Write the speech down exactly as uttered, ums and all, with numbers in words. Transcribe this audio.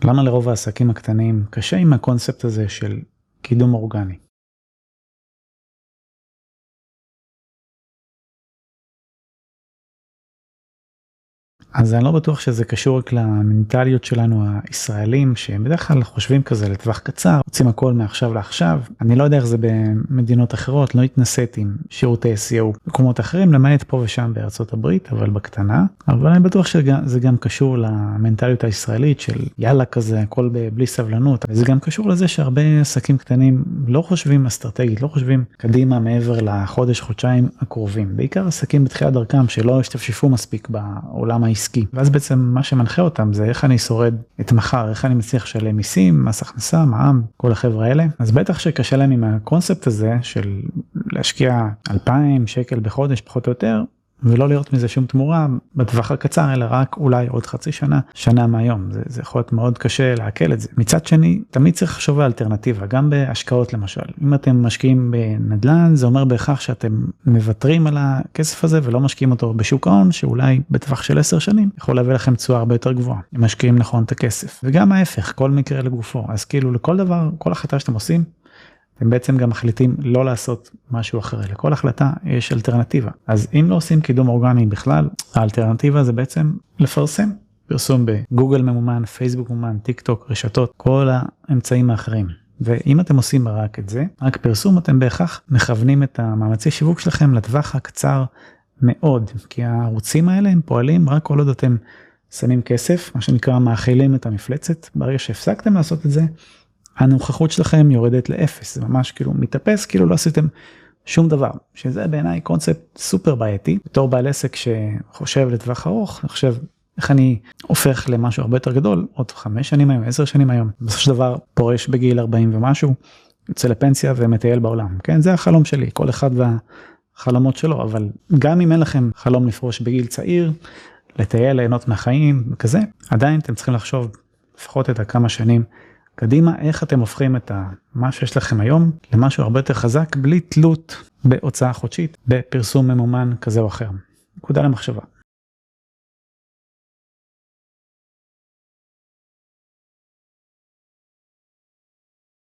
למה לרוב העסקים הקטנים קשה עם הקונספט הזה של קידום אורגני? אז אני לא בטוח שזה קשור רק למנטליות שלנו הישראלים, שהם בדרך כלל חושבים כזה לטווח קצר, רוצים הכל מעכשיו לעכשיו. אני לא יודע איך זה במדינות אחרות, לא התנסיתי עם שירותי אס אי או במקומות אחרים, למעט פה ושם בארצות הברית, אבל בקטנה. אבל אני בטוח שזה גם קשור למנטליות הישראלית של יאללה כזה, הכל בלי סבלנות. וזה גם קשור לזה שהרבה עסקים קטנים לא חושבים אסטרטגית, לא חושבים קדימה מעבר לחודש, חודשיים הקרובים. בעיקר עסקים בתחילת דרכם שלא השתפשפו מספיק בעולם העסקי. ואז בעצם מה שמנחה אותם זה איך אני שורד את מחר, איך אני מצליח לשלם מיסים, מס הכנסה, מע"מ, כל החבר'ה האלה. אז בטח שקשה להם עם הקונספט הזה של להשקיע אלפיים שקל בחודש פחות או יותר, ולא לראות מזה שום תמורה בטווח הקצר, אלא רק אולי עוד חצי שנה, שנה מהיום. זה, זה יכול להיות מאוד קשה לעכל את זה. מצד שני, תמיד צריך לחשוב על אלטרנטיבה, גם בהשקעות למשל. אם אתם משקיעים בנדל"ן, זה אומר בהכרח שאתם מוותרים על הכסף הזה, ולא משקיעים אותו בשוק ההון, שאולי בטווח של עשר שנים, יכול להביא לכם תשואה הרבה יותר גבוהה, אם משקיעים נכון את הכסף. וגם ההפך, כל מקרה לגופו. אז כאילו לכל דבר, כל החלטה שאתם עושים, אתם בעצם גם מחליטים לא לעשות משהו אחר. לכל החלטה יש אלטרנטיבה. אז אם לא עושים קידום אורגני בכלל, האלטרנטיבה זה בעצם לפרסם. פרסום בגוגל ממומן, פייסבוק ממומן, טיק טוק, רשתות, כל האמצעים האחרים. ואם אתם עושים רק את זה, רק פרסום, אתם בהכרח מכוונים את המאמצי שיווק שלכם לטווח הקצר מאוד. כי הערוצים האלה הם פועלים רק כל עוד אתם שמים כסף, מה שנקרא מאכילים את המפלצת. ברגע שהפסקתם לעשות את זה, הנוכחות שלכם יורדת לאפס, זה ממש כאילו מתאפס, כאילו לא עשיתם שום דבר, שזה בעיניי קונספט סופר בעייתי, בתור בעל עסק שחושב לטווח ארוך, אני חושב איך אני הופך למשהו הרבה יותר גדול, עוד חמש שנים היום, עשר שנים היום, בסופו של דבר פורש בגיל ארבעים ומשהו, יוצא לפנסיה ומטייל בעולם, כן, זה החלום שלי, כל אחד והחלומות שלו, אבל גם אם אין לכם חלום לפרוש בגיל צעיר, לטייל, ליהנות מהחיים וכזה, עדיין אתם צריכים לחשוב לפחות את הכמה שנים, קדימה, איך אתם הופכים את מה שיש לכם היום למשהו הרבה יותר חזק, בלי תלות בהוצאה חודשית, בפרסום ממומן כזה או אחר. נקודה למחשבה.